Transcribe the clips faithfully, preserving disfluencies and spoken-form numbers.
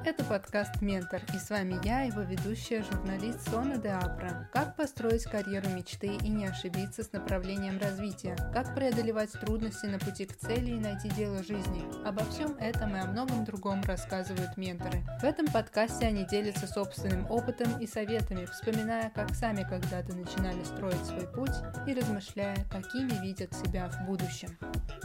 Это подкаст «Ментор», и с вами я, его ведущая, журналист Сона де Апра. Как построить карьеру мечты и не ошибиться с направлением развития? Как преодолевать трудности на пути к цели и найти дело жизни? Обо всем этом и о многом другом рассказывают менторы. В этом подкасте они делятся собственным опытом и советами, вспоминая, как сами когда-то начинали строить свой путь и размышляя, какими видят себя в будущем.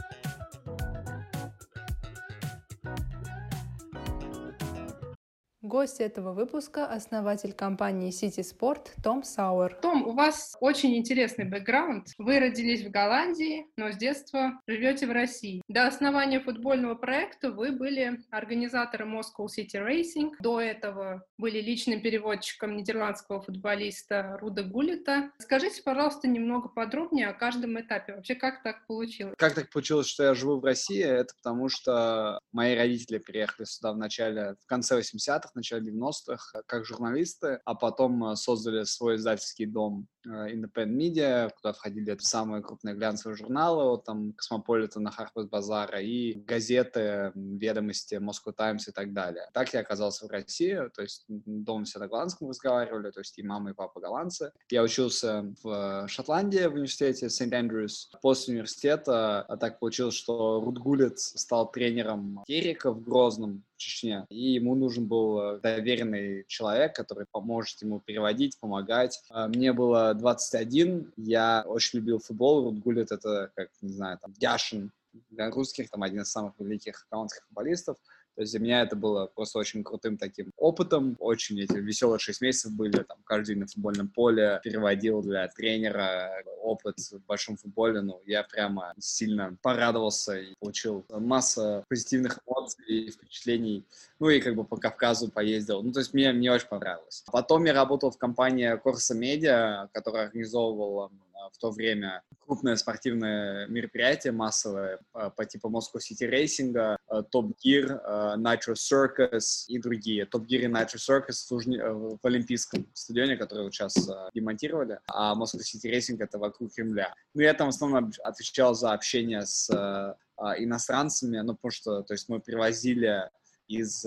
Гость этого выпуска – основатель компании City Sport Том Сауэр. Том, у вас очень интересный бэкграунд. Вы родились в Голландии, но с детства живете в России. До основания футбольного проекта вы были организатором Moscow City Racing. До этого были личным переводчиком нидерландского футболиста Руда Гуллета. Скажите, пожалуйста, немного подробнее о каждом этапе. Вообще, как так получилось? Как так получилось, что я живу в России? Это потому, что мои родители приехали сюда в начале, в конце восьмидесятых, в начале девяностых, как журналисты, а потом создали свой издательский дом Independent Media, куда входили самые крупные глянцевые журналы, вот там Cosmopolitan, Harper's Bazaar и газеты, ведомости, Moscow Times и так далее. Так я оказался в России, то есть дома все на голландском разговаривали, то есть и мама, и папа голландцы. Я учился в Шотландии в университете Сент Эндрюс. После университета так получилось, что Руд Гуллет стал тренером Терека в Грозном, в Чечне, и ему нужен был доверенный человек, который поможет ему переводить, помогать. Мне было двадцать один, я очень любил футбол. Руд Гуллет — это, как, не знаю, там, Яшин для русских, там, один из самых великих голландских футболистов. То есть для меня это было просто очень крутым таким опытом. Очень эти веселые шесть месяцев были, там, каждый день на футбольном поле, переводил для тренера опыт в большом футболе. Ну, я прямо сильно порадовался и получил массу позитивных эмоций и впечатлений. Ну, и как бы по Кавказу поездил. Ну, то есть мне, мне очень понравилось. Потом я работал в компании Corsa Media, которая организовывала в то время крупное спортивное мероприятие массовое по, по типу Moscow City Racing, Top Gear, Nitro Circus и другие. Top Gear и Nitro Circus в, в Олимпийском стадионе, который вот сейчас демонтировали, а Moscow City Racing — это вокруг Кремля. Ну, я там в основном отвечал за общение с иностранцами, ну, потому что, то есть, мы привозили из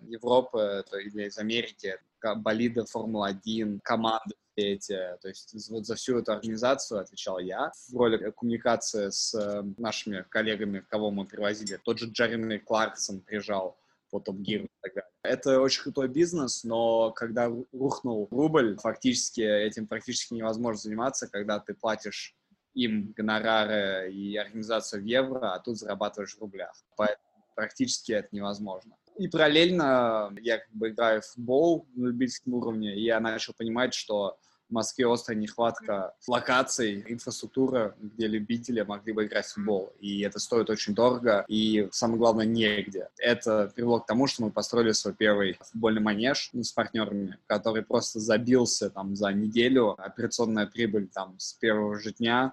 Европы или из Америки болиды Формулы один, команды эти, то есть вот за всю эту организацию отвечал я. В роли коммуникации с нашими коллегами, кого мы привозили, тот же Джереми Кларксон приезжал по Top Gear и так далее. Это очень крутой бизнес, но когда рухнул рубль, фактически этим практически невозможно заниматься, когда ты платишь им гонорары и организацию в евро, а тут зарабатываешь в рублях. Поэтому практически это невозможно. И параллельно я как бы играю в футбол на любительском уровне, и я начал понимать, что в Москве острая нехватка локаций, инфраструктуры, где любители могли бы играть в футбол. И это стоит очень дорого, и, самое главное, негде. Это привело к тому, что мы построили свой первый футбольный манеж с партнерами, который просто забился там за неделю, операционная прибыль там с первого же дня,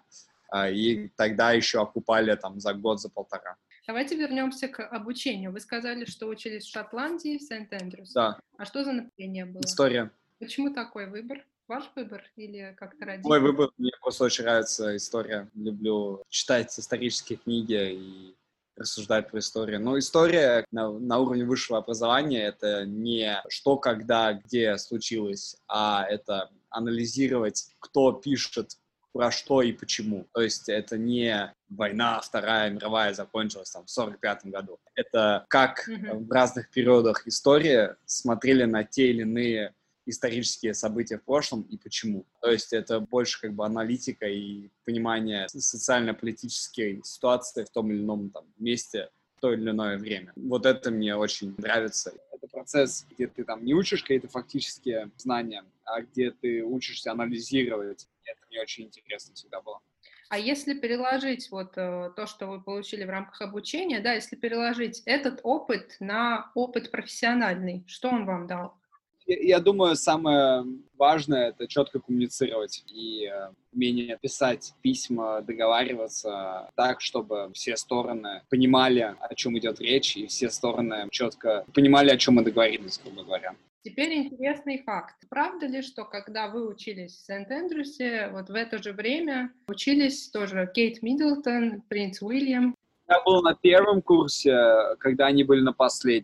и тогда еще окупали там за год, за полтора. Давайте вернемся к обучению. Вы сказали, что учились в Шотландии, в Сент Эндрюс. Да. А что за направление было? История. Почему такой выбор? Ваш выбор или как-то родители? Мой выбор. Мне просто очень нравится история. Люблю читать исторические книги и рассуждать про историю. Но история на, на уровне высшего образования — это не что, когда, где случилось, а это анализировать, кто пишет, про что и почему. То есть это не война Вторая мировая закончилась там в сорок пятом году. Это как mm-hmm. в разных периодах истории смотрели на те или иные исторические события в прошлом и почему. То есть это больше как бы аналитика и понимание социально-политической ситуации в том или ином там месте в то или иное время. Вот это мне очень нравится. Это процесс, где ты там не учишь какие-то фактические знания, а где ты учишься анализировать. Это мне очень интересно всегда было. А если переложить вот э, то, что вы получили в рамках обучения, да, если переложить этот опыт на опыт профессиональный, что он вам дал? Я, я думаю, самое важное — это четко коммуницировать и э, умение писать письма, договариваться так, чтобы все стороны понимали, о чем идет речь, и все стороны четко понимали, о чем мы договорились, грубо говоря. Теперь интересный факт. Правда ли, что когда вы учились в Сент Эндрюсе, вот в это же время учились тоже Кейт Миддлтон, принц Уильям? Я был на первом курсе, когда они были на последнем. То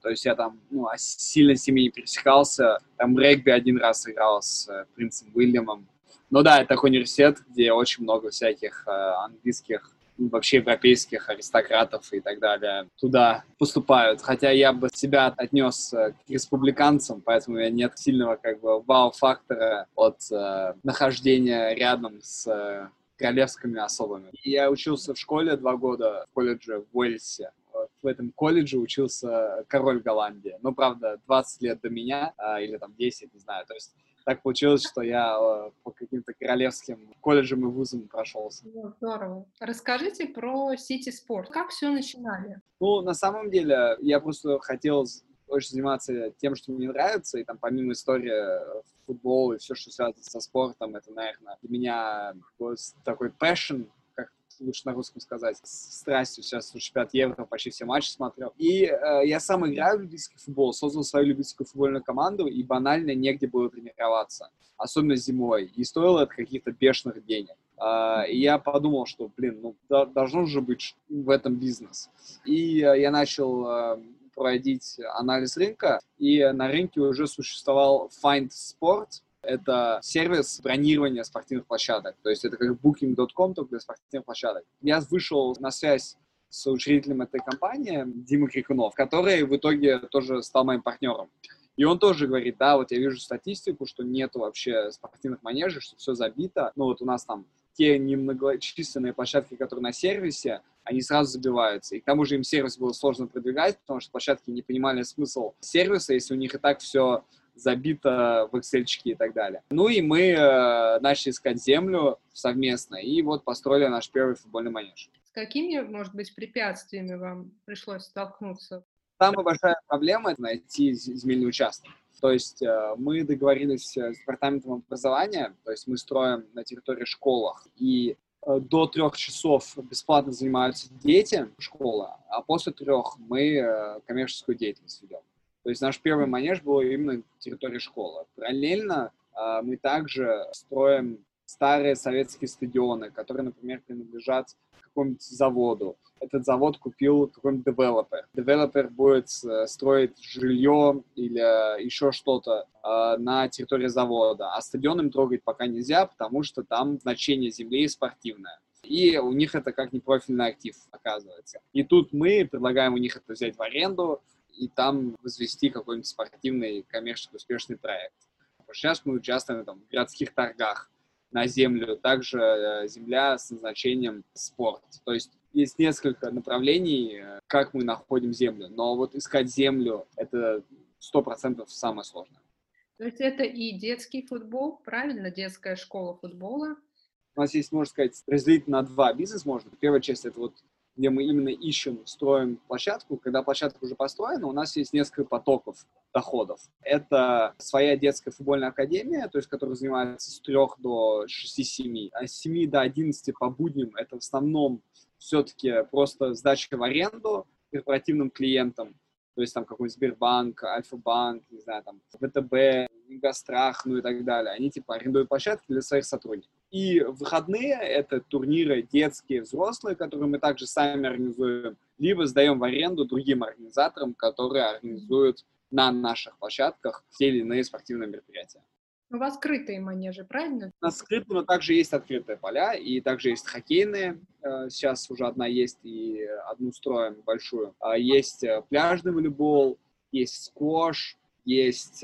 То есть я там ну, сильно с ними не пересекался. Там регби один раз играл с э, принцем Уильямом. Ну да, это такой университет, где очень много всяких э, английских, ну, вообще европейских аристократов и так далее туда поступают. Хотя я бы себя отнес э, к республиканцам, поэтому у меня нет сильного как бы вау-фактора от э, нахождения рядом с э, королевскими особами. И я учился в школе два года, в колледже в Уэльсе. В этом колледже учился король Голландии. Ну, правда, двадцать лет до меня, а, или там десять, не знаю. То есть так получилось, что я а, по каким-то королевским колледжам и вузам прошелся. Ну, здорово. Расскажите про City Sport. Как все начинали? Ну, на самом деле, я просто хотел очень заниматься тем, что мне нравится, и там помимо истории футбола и все, что связано со спортом, это, наверное, для меня вот такой passion, как лучше на русском сказать, с страстью. Сейчас уже чемпионат Евро, почти все матчи смотрел. И э, я сам играю в любительский футбол, создал свою любительскую футбольную команду, и банально негде было тренироваться, особенно зимой, и стоило это каких-то бешеных денег. Uh, и я подумал, что, блин, ну, да, должно же быть в этом бизнес. И uh, я начал uh, проводить анализ рынка, и на рынке уже существовал Find Sport. Это сервис бронирования спортивных площадок. То есть это как букинг точка ком, только для спортивных площадок. Я вышел на связь с учредителем этой компании, Димой Крикунов, который в итоге тоже стал моим партнером. И он тоже говорит, да, вот я вижу статистику, что нету вообще спортивных манежей, что все забито. Ну вот у нас там те немногочисленные площадки, которые на сервисе, они сразу забиваются. И к тому же им сервис было сложно продвигать, потому что площадки не понимали смысл сервиса, если у них и так все забито в Excel-чики и так далее. Ну и мы э, начали искать землю совместно, и вот построили наш первый футбольный манеж. С какими, может быть, препятствиями вам пришлось столкнуться? Самая большая проблема – это найти земельный участок. То есть э, мы договорились с департаментом образования, то есть мы строим на территории школах, и э, до трех часов бесплатно занимаются дети школы, а после трех мы э, коммерческую деятельность ведем. То есть наш первый манеж был именно на территории школы. Параллельно э, мы также строим старые советские стадионы, которые, например, принадлежат какому-нибудь заводу. Этот завод купил какой-нибудь девелопер. Девелопер будет строить жилье или еще что-то э, на территории завода, а стадион им трогать пока нельзя, потому что там значение земли спортивное. И у них это как непрофильный актив, оказывается. И тут мы предлагаем у них это взять в аренду и там возвести какой-нибудь спортивный, коммерчески успешный проект. Сейчас мы участвуем там, в городских торгах на землю, также э, земля с назначением спорт. То есть есть несколько направлений, э, как мы находим землю, но вот искать землю – это сто процентов самое сложное. То есть это и детский футбол, правильно? Детская школа футбола. У нас есть, можно сказать, разделить на два бизнес можно. Первая часть – это вот где мы именно ищем, строим площадку. Когда площадка уже построена, у нас есть несколько потоков доходов. Это своя детская футбольная академия, то есть, которая занимается с трех до шести-семи, а с семи до одиннадцати по будням это в основном все-таки просто сдача в аренду корпоративным клиентам. То есть там какой-нибудь Сбербанк, Альфа-банк, не знаю, там ВТБ, Ингострах, ну и так далее. Они типа арендуют площадки для своих сотрудников. И выходные — это турниры детские, взрослые, которые мы также сами организуем, либо сдаем в аренду другим организаторам, которые организуют на наших площадках те или иные спортивные мероприятия. У вас скрытые манежи, правильно? У нас скрытые, но также есть открытые поля, и также есть хоккейные. Сейчас уже одна есть, и одну строим большую. Есть пляжный волейбол, есть сквош, есть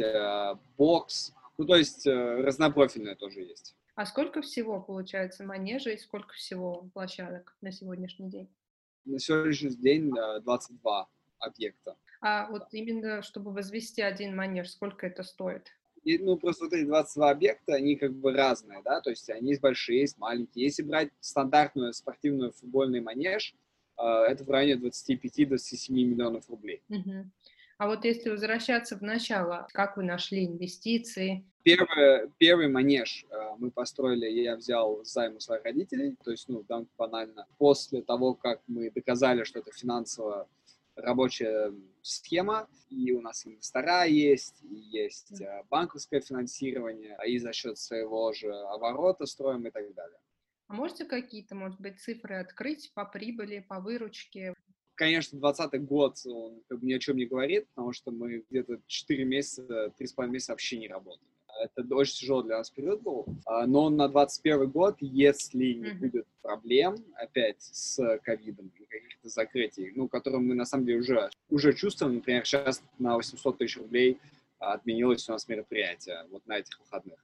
бокс. Ну, то есть разнопрофильное тоже есть. А сколько всего, получается, манежей, сколько всего площадок на сегодняшний день? На сегодняшний день двадцать два объекта. А вот именно, чтобы возвести один манеж, сколько это стоит? И, ну, просто вот эти двадцать два объекта, они как бы разные, да, то есть они есть большие, есть маленькие. Если брать стандартную спортивную футбольный манеж, э, это в районе двадцать пять - двадцать семь миллионов рублей. Угу. А вот если возвращаться в начало, как вы нашли инвестиции? Первый, первый манеж э, мы построили, я взял займ у своих родителей, то есть, ну, там банально. После того, как мы доказали, что это финансово рабочая схема, и у нас инвестора есть, и есть банковское финансирование, и за счет своего же оборота строим и так далее. А можете какие-то, может быть, цифры открыть по прибыли, по выручке? Конечно, двадцатый год, он как бы ни о чем не говорит, потому что мы где-то четыре месяца, три с половиной месяца вообще не работали. Это очень тяжелый для нас период был. Но на двадцать первый год, если не Мгм. будет проблем опять с ковидом и каких-то закрытий, ну, которые мы на самом деле уже, уже чувствуем, например, сейчас на восемьсот тысяч рублей отменилось у нас мероприятие вот на этих выходных.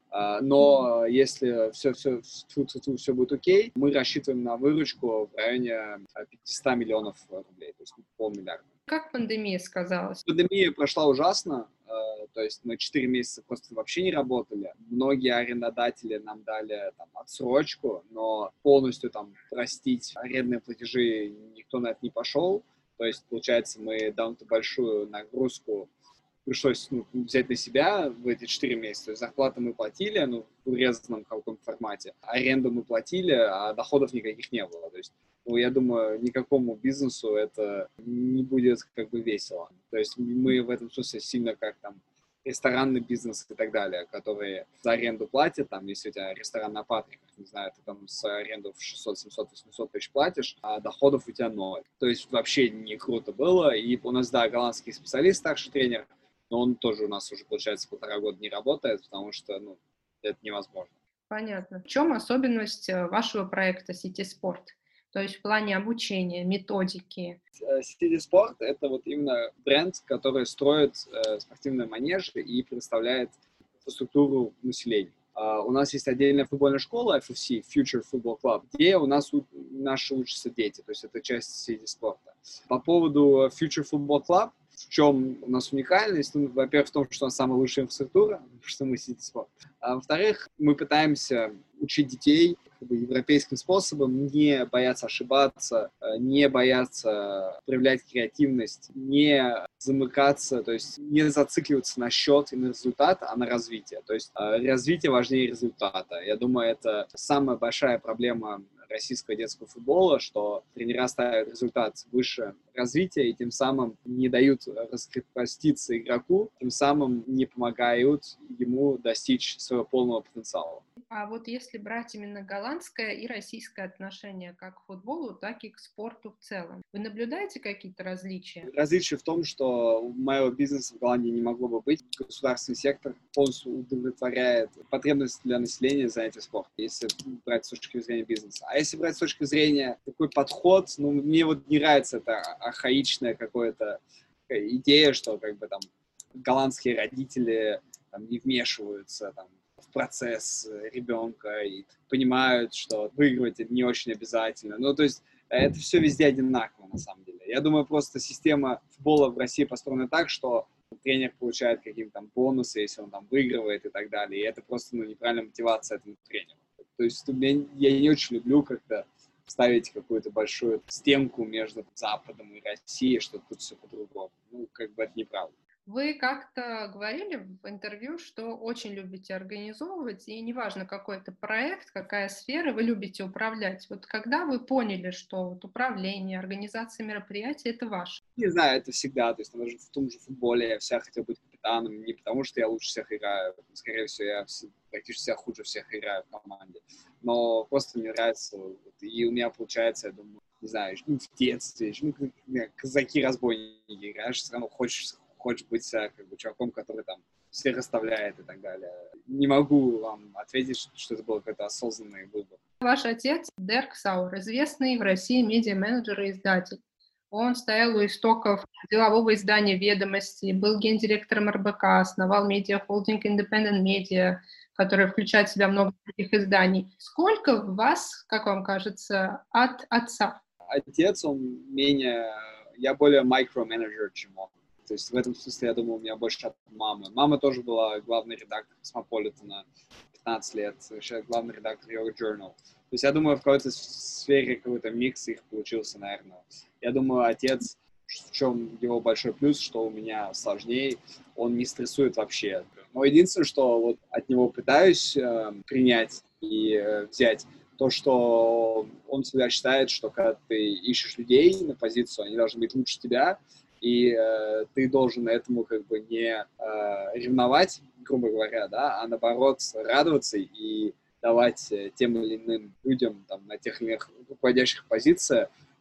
Но если все, все, все, все будет окей, мы рассчитываем на выручку в районе пятьсот миллионов рублей, то есть полмиллиарда. Как пандемия сказалась? Пандемия прошла ужасно, то есть мы четыре месяца просто вообще не работали. Многие арендодатели нам дали там отсрочку, но полностью там простить арендные платежи никто на это не пошел. То есть, получается, мы довольно большую нагрузку пришлось ну, взять на себя в эти четыре месяца. То есть зарплату мы платили, ну, в урезанном каком-то формате. Аренду мы платили, а доходов никаких не было. То есть, ну, я думаю, никакому бизнесу это не будет как бы весело. То есть мы в этом смысле сильно как там ресторанный бизнес и так далее, которые за аренду платят, там, если у тебя ресторан на Патриках, не знаю, ты там с аренду в шестьсот, семьсот, восемьсот тысяч платишь, а доходов у тебя ноль. То есть вообще не круто было. И у нас, да, голландский специалист, старший тренер, но он тоже у нас уже, получается, полтора года не работает, потому что, ну, это невозможно. Понятно. В чем особенность вашего проекта City Sport? То есть в плане обучения, методики? City Sport — это вот именно бренд, который строит э, спортивные манежи и предоставляет инфраструктуру населению. Uh, у нас есть отдельная футбольная школа эф эф си, Future Football Club, где у нас у, наши учатся дети, то есть это часть City Sport. По поводу Future Football Club, в чем у нас уникальность? Ну, во-первых, в том, что у нас самая лучшая инфраструктура, потому что мы City Sport. А во-вторых, мы пытаемся учить детей как бы европейским способом, не бояться ошибаться, не бояться проявлять креативность, не замыкаться, то есть не зацикливаться на счет и на результат, а на развитие. То есть развитие важнее результата. Я думаю, это самая большая проблема российского детского футбола, что тренера ставят результат выше развития и тем самым не дают раскрепоститься игроку, тем самым не помогают ему достичь своего полного потенциала. А вот если брать именно голландское и российское отношение как к футболу, так и к спорту в целом, вы наблюдаете какие-то различия? Различие в том, что моего бизнеса в Голландии не могло бы быть. Государственный сектор полностью удовлетворяет потребности для населения занятия спортом, если брать с точки зрения бизнеса. А если брать с точки зрения такой подход, ну, мне вот не нравится эта архаичная какая-то идея, что как бы там голландские родители там, не вмешиваются там, в процесс ребенка и понимают, что выигрывать не очень обязательно. Ну, то есть это все везде одинаково, на самом деле. Я думаю, просто система футбола в России построена так, что тренер получает какие-то там бонусы, если он там выигрывает и так далее. И это просто ну, неправильная мотивация этому тренеру. То есть я не очень люблю как-то ставить какую-то большую стенку между Западом и Россией, что тут все по-другому. Ну, как бы это неправда. Вы как-то говорили в интервью, что очень любите организовывать, и неважно, какой это проект, какая сфера, вы любите управлять. Вот когда вы поняли, что вот управление, организация мероприятий — это ваше? Не знаю, это всегда. То есть даже в том же футболе я всегда хотел быть капитаном, не потому что я лучше всех играю, скорее всего, я практически всех хуже всех играю в команде, но просто мне нравится. И у меня получается, я думаю, не знаю, ну, в детстве, ну, казаки-разбойники играешь, все равно хочешь хочешь быть как бы чуваком, который там всех расставляет и так далее. Не могу вам ответить, что это был какой-то осознанный выбор. Ваш отец Дерк Сауэр, известный в России медиа-менеджер и издатель. Он стоял у истоков делового издания «Ведомости», был гендиректором эр бэ ка, основал медиа-холдинг Independent Media, который включает в себя много таких изданий. Сколько в вас, как вам кажется, от отца? Отец, он менее... Я более микро-менеджер, чем он. То есть в этом смысле, я думаю, у меня больше от мамы. Мама тоже была главный редактор Космополитена пятнадцать лет, сейчас главный редактор Yoga Journal. То есть я думаю, в какой-то сфере какой-то микс их получился, наверное. Я думаю, отец, в чем его большой плюс, что у меня сложнее, он не стрессует вообще. Но единственное, что вот от него пытаюсь э, принять и э, взять, то, что он всегда считает, что когда ты ищешь людей на позицию, они должны быть лучше тебя, и э, ты должен этому как бы не э, ревновать, грубо говоря, да, а наоборот радоваться и давать тем или иным людям там, на тех или иных руководящих позициях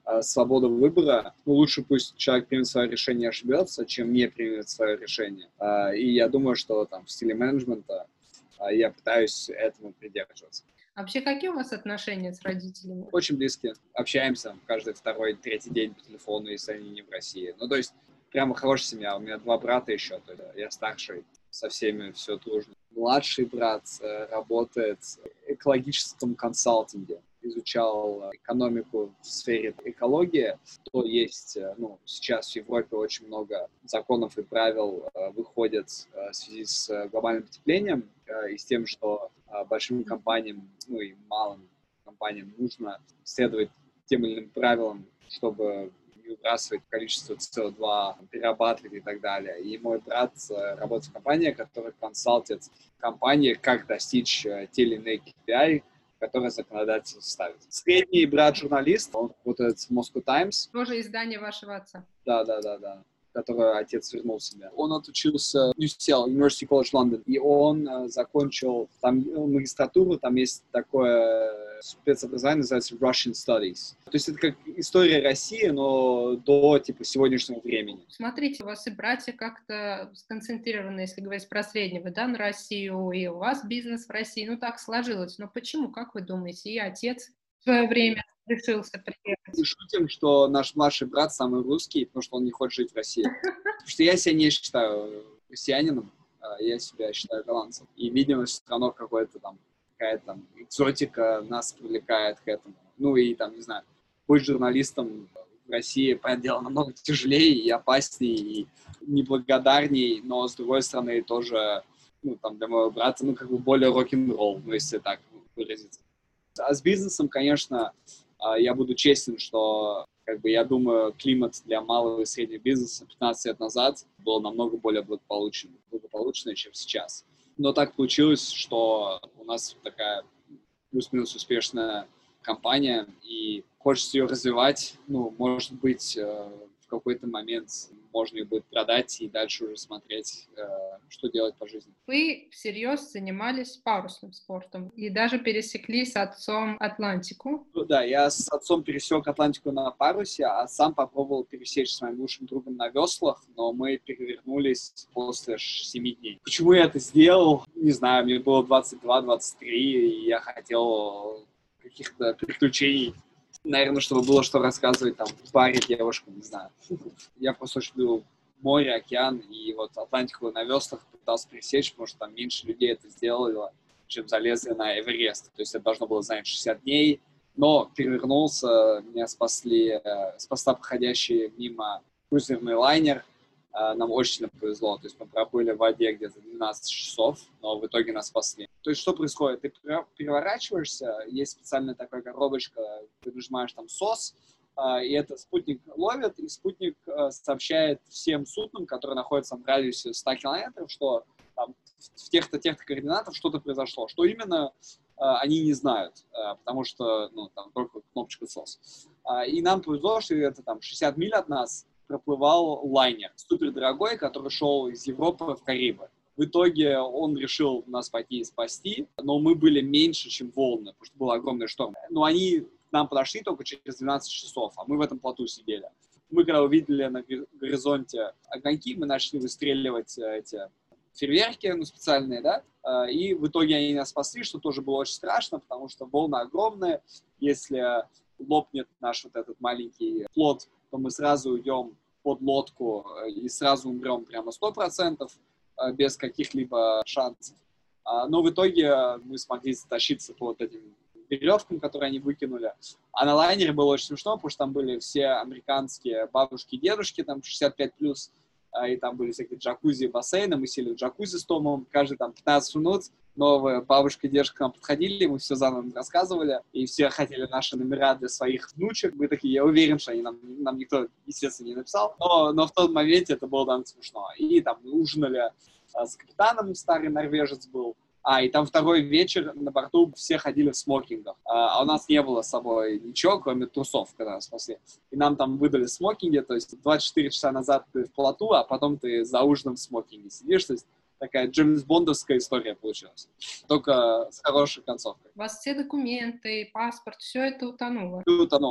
э, свободу выбора. Ну, лучше пусть человек примет свое решение и ошибется, чем не примет свое решение. Э, и я думаю, что там в стиле менеджмента э, я пытаюсь этому придерживаться. А вообще, какие у вас отношения с родителями? Очень близкие. Общаемся каждый второй, третий день по телефону, если они не в России. Ну, то есть, прямо хорошая семья. У меня два брата еще, то есть я старший, со всеми все дружно. Младший брат э, работает в экологическом консалтинге, изучал экономику в сфере экологии. То есть, э, ну, сейчас в Европе очень много законов и правил э, выходят э, в связи с э, глобальным потеплением э, и с тем, что э, большим компаниям, ну и малым компаниям нужно следовать тем или иным правилам, чтобы не выбрасывать количество си о два, перерабатывать и так далее. И мой брат э, работает в компании, которая консалтит компании, как достичь э, те или иные кей пи ай, которые законодатель ставит. Средний брат журналист, он работает в Moscow Times. Тоже издание вашего отца. Да, да, да, да. Которое отец вернул себе. Он отучился в ю си эл, University College London, и он э, закончил там магистратуру, там есть такое спецобразование, называется Russian Studies. То есть это как история России, но до типа сегодняшнего времени. Смотрите, у вас и братья как-то сконцентрированы, если говорить про среднего, да, на Россию, и у вас бизнес в России, ну так сложилось. Но почему, как вы думаете, и отец в свое время решился приехать? И шутим, что наш младший брат самый русский, потому что он не хочет жить в России. Потому что я себя не считаю россиянином, я себя считаю голландцем. И, видимо, все равно какое-то там, какая-то там экзотика нас привлекает к этому. Ну и там, не знаю, быть журналистом в России, понятное дело, намного тяжелее и опаснее, и неблагодарней, но, с другой стороны, тоже, ну, там, для моего брата, ну, как бы более рок-н-ролл, ну, если так выразиться. А с бизнесом, конечно, я буду честен, что, как бы, я думаю, климат для малого и среднего бизнеса пятнадцать лет назад был намного более благополучный, благополучный, чем сейчас. Но так получилось, что у нас такая плюс-минус успешная компания, и хочется ее развивать. Ну, может быть, в какой-то момент можно ее будет продать и дальше уже смотреть, что делать по жизни. Вы всерьез занимались парусным спортом и даже пересекли с отцом Атлантику. Ну, да, я с отцом пересек Атлантику на парусе, а сам попробовал пересечь с моим лучшим другом на веслах, но мы перевернулись после семи дней. Почему я это сделал? Не знаю, мне было двадцать два - двадцать три, и я хотел каких-то приключений. Наверное, чтобы было что рассказывать там в баре девушкам, не знаю. Я просто очень люблю море, океан, и вот Атлантику на веслах пытался пересечь, потому что там меньше людей это сделало, чем залезли на Эверест. То есть это должно было занять шестьдесят дней, но перевернулся, меня спасли, спасла проходящий мимо круизерный лайнер. Нам очень сильно повезло, то есть мы пробыли в воде где-то двенадцать часов, но в итоге нас спасли. То есть что происходит? Ты переворачиваешься, есть специальная такая коробочка, ты нажимаешь там сос, и это спутник ловит, и спутник сообщает всем суднам, которые находятся в радиусе ста километров, что там, в тех-то, тех-то координатах что-то произошло. Что именно, они не знают, потому что, ну, там только кнопочка сос. И нам повезло, что это там шестьдесят миль от нас проплывал лайнер, супер дорогой, который шел из Европы в Карибы. В итоге он решил нас пойти и спасти, но мы были меньше, чем волны, потому что был огромный шторм. Но они к нам подошли только через двенадцать часов, а мы в этом плоту сидели. Мы когда увидели на горизонте огоньки, мы начали выстреливать эти фейерверки, ну, специальные, да, и в итоге они нас спасли, что тоже было очень страшно, потому что волны огромные. Если лопнет наш вот этот маленький плот, то мы сразу уйдем под лодку и сразу умрем прямо сто процентов без каких-либо шансов. Но в итоге мы смогли затащиться по вот этим веревкам, которые они выкинули. А на лайнере было очень смешно, потому что там были все американские бабушки и дедушки, там шестьдесят пять плюс, и там были всякие джакузи и бассейны. Мы сели в джакузи с Томом, каждые там пятнадцать минут новая бабушка и дедушка к нам подходили, мы все заново рассказывали, и все хотели наши номера для своих внучек. Мы такие, я уверен, что они нам, нам никто, естественно, не написал, но, но в тот момент это было там смешно. И там мы ужинали а, с капитаном, старый норвежец был, а, и там второй вечер на борту все ходили в смокингах, а, а у нас не было с собой ничего, кроме трусов, когда нас спасли. И нам там выдали смокинги, то есть двадцать четыре часа назад ты в плоту, а потом ты за ужином в смокинге сидишь, то есть такая Джеймс Бондовская история получилась, только с хорошей концовкой. У вас все документы, паспорт, все это утонуло? И утонуло.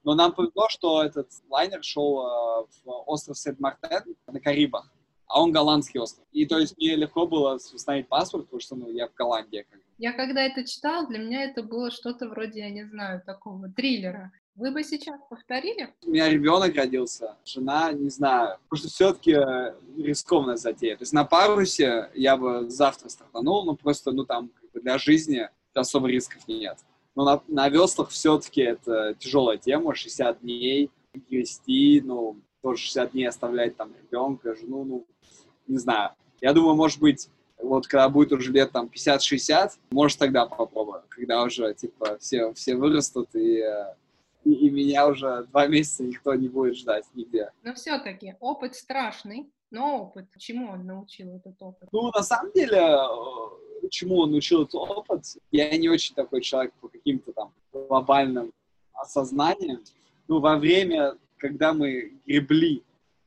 Но нам повезло, что этот лайнер шел э, в остров Сент-Мартен на Карибах, а он голландский остров. И то есть мне легко было установить паспорт, потому что ну, я в Голландии. Как бы. Я когда это читала, для меня это было что-то вроде, я не знаю, такого триллера. Вы бы сейчас повторили? У меня ребенок родился, жена, не знаю. Потому что все-таки рискованная затея. То есть на парусе я бы завтра стартанул, но просто, ну там, как бы для жизни особо рисков нет. Но на, на веслах все-таки это тяжелая тема, шестьдесят дней грести, ну, тоже шестьдесят дней оставлять там ребенка, жену, ну, не знаю. Я думаю, может быть, вот когда будет уже лет там пятьдесят-шестьдесят, может тогда попробую, когда уже, типа, все, все вырастут и... И, и меня уже два месяца никто не будет ждать нигде. Но все-таки опыт страшный, но опыт. Чему он научил этот опыт? Ну, на самом деле, чему он научил этот опыт, я не очень такой человек по каким-то там глобальным осознаниям. Ну, во время, когда мы гребли,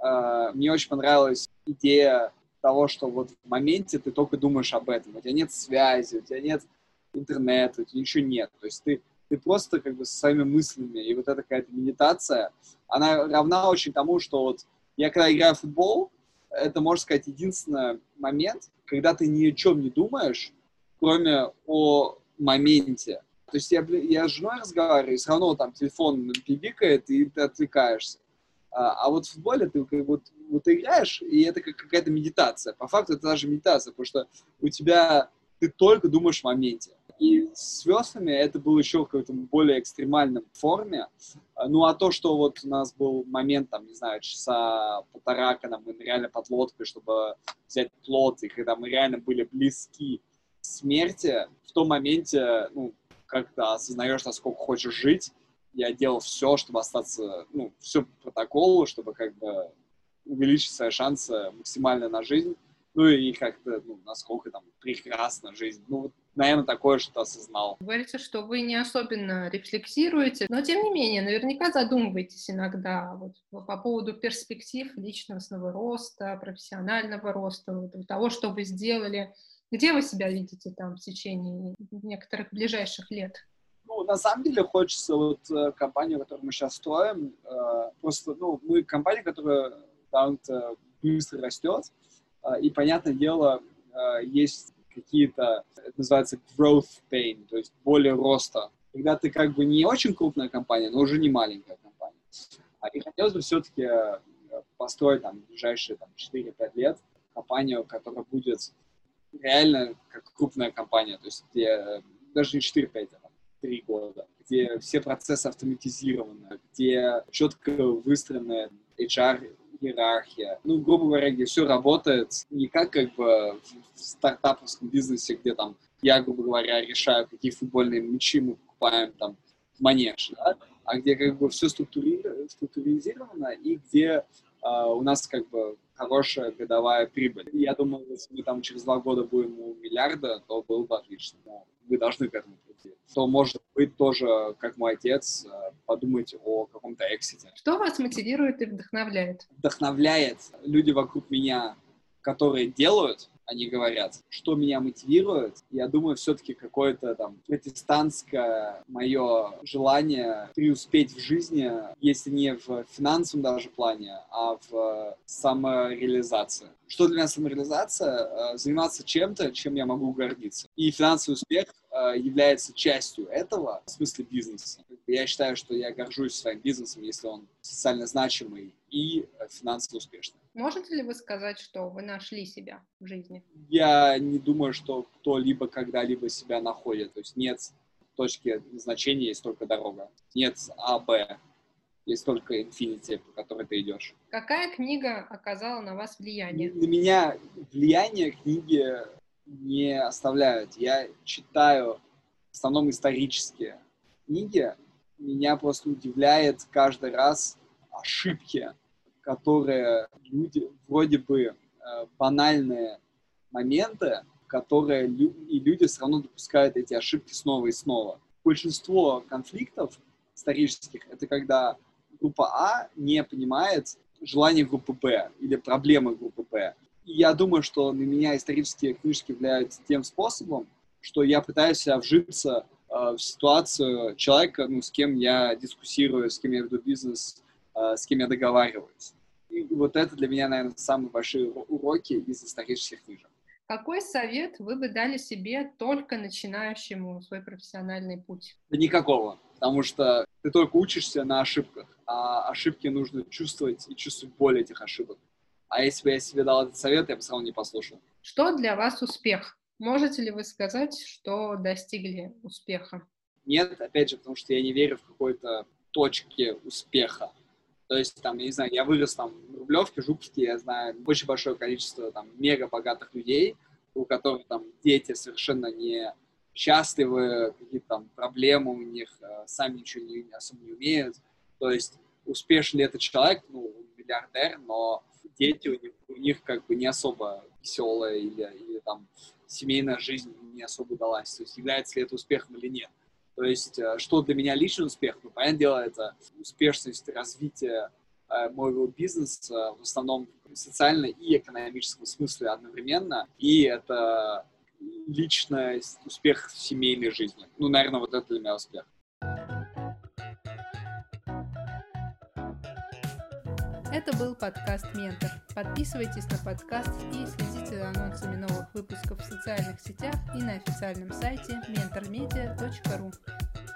э, мне очень понравилась идея того, что вот в моменте ты только думаешь об этом. У тебя нет связи, у тебя нет интернета, у тебя ничего нет. То есть ты ты просто как бы со своими мыслями, и вот эта какая-то медитация, она равна очень тому, что вот я когда играю в футбол, это, можно сказать, единственный момент, когда ты ни о чем не думаешь, кроме о моменте. То есть я, я с женой разговариваю, и все равно там телефон пиликает, и ты отвлекаешься. А, а вот в футболе ты как, вот, вот ты играешь, и это как какая-то медитация. По факту это даже медитация, потому что у тебя ты только думаешь в моменте. И с веслами это было еще в какой-то более экстремальном форме. Ну, а то, что вот у нас был момент, там, не знаю, часа полтора, когда мы реально под лодкой, чтобы взять плот, и когда мы реально были близки к смерти, в том моменте, ну, как-то осознаешь, насколько хочешь жить. Я делал все, чтобы остаться, ну, все по протоколу, чтобы как бы увеличить свои шансы максимально на жизнь. Ну и как-то, ну, насколько там прекрасна жизнь. Ну, вот, наверное, такое, что осознал. Говорится, что вы не особенно рефлексируете, но тем не менее, наверняка задумываетесь иногда вот, по поводу перспектив личностного роста, профессионального роста, вот, того, что вы сделали. Где вы себя видите там в течение некоторых ближайших лет? Ну, на самом деле хочется вот компанию, которую мы сейчас строим, просто, ну, мы компания, которая довольно быстро растет, и, понятное дело, есть какие-то, это называется growth pain, то есть боли роста. Когда ты как бы не очень крупная компания, но уже не маленькая компания. И хотелось бы все-таки построить там в ближайшие там, четыре-пять лет компанию, которая будет реально как крупная компания, то есть где даже не четыре-пять, а три года, где все процессы автоматизированы, где четко выстроены эйч ар иерархия. Ну, грубо говоря, где все работает не как, как бы в стартаповском бизнесе, где там я, грубо говоря, решаю, какие футбольные мячи мы покупаем там в манеж, да? А где как бы все структури... структуризировано и где а, у нас как бы хорошая годовая прибыль. И я думаю, если мы там через два года будем у миллиарда, то было бы отлично. Но вы должны к этому прийти. То, может быть, тоже, как мой отец, подумать о каком-то эксите. Что вас мотивирует и вдохновляет? Вдохновляет люди вокруг меня, которые делают, они говорят, что меня мотивирует. Я думаю, все-таки какое-то там протестантское мое желание преуспеть в жизни, если не в финансовом даже плане, а в самореализации. Что для меня самореализация? Заниматься чем-то, чем я могу гордиться. И финансовый успех является частью этого, в смысле бизнеса. Я считаю, что я горжусь своим бизнесом, если он социально значимый и финансово успешный. Можете ли вы сказать, что вы нашли себя в жизни? Я не думаю, что кто-либо когда-либо себя находит. То есть нет точки назначения, есть только дорога. Нет А, Б, есть только инфинити, по которой ты идешь. Какая книга оказала на вас влияние? На меня влияние книги не оставляют. Я читаю в основном исторические книги. Меня просто удивляет каждый раз ошибки, которые люди, вроде бы э, банальные моменты, которые лю- и люди все равно допускают эти ошибки снова и снова. Большинство конфликтов исторических — это когда группа А не понимает желание группы Б или проблемы группы Б. И я думаю, что на меня исторические книжки влияют тем способом, что я пытаюсь себя вжиться э, в ситуацию человека, ну, с кем я дискуссирую, с кем я веду бизнес, с кем я договариваюсь. И вот это для меня, наверное, самые большие уроки из исторических книжек. Какой совет вы бы дали себе только начинающему свой профессиональный путь? Да никакого, потому что ты только учишься на ошибках, а ошибки нужно чувствовать и чувствовать боль этих ошибок. А если бы я себе дал этот совет, я бы сразу не послушал. Что для вас успех? Можете ли вы сказать, что достигли успеха? Нет, опять же, потому что я не верю в какой-то точке успеха. То есть, там, я не знаю, я вырос там в Рублевке, Жуковке, я знаю очень большое количество там мега богатых людей, у которых там дети совершенно не счастливы, какие-то там проблемы у них, сами ничего не, особо не умеют. То есть, успешный ли этот человек, ну, миллиардер, но дети у них, у них как бы не особо веселая или, или там семейная жизнь не особо удалась. То есть, является ли это успехом или нет. То есть, что для меня личный успех? Ну, понятное дело, это успешность развития э, моего бизнеса, в основном в социальном и экономическом смысле одновременно. И это личный успех в семейной жизни. Ну, наверное, вот это для меня успех. Это был подкаст «Ментор». Подписывайтесь на подкаст и следите за анонсами новых выпусков в социальных сетях и на официальном сайте ментормедиа точка ру.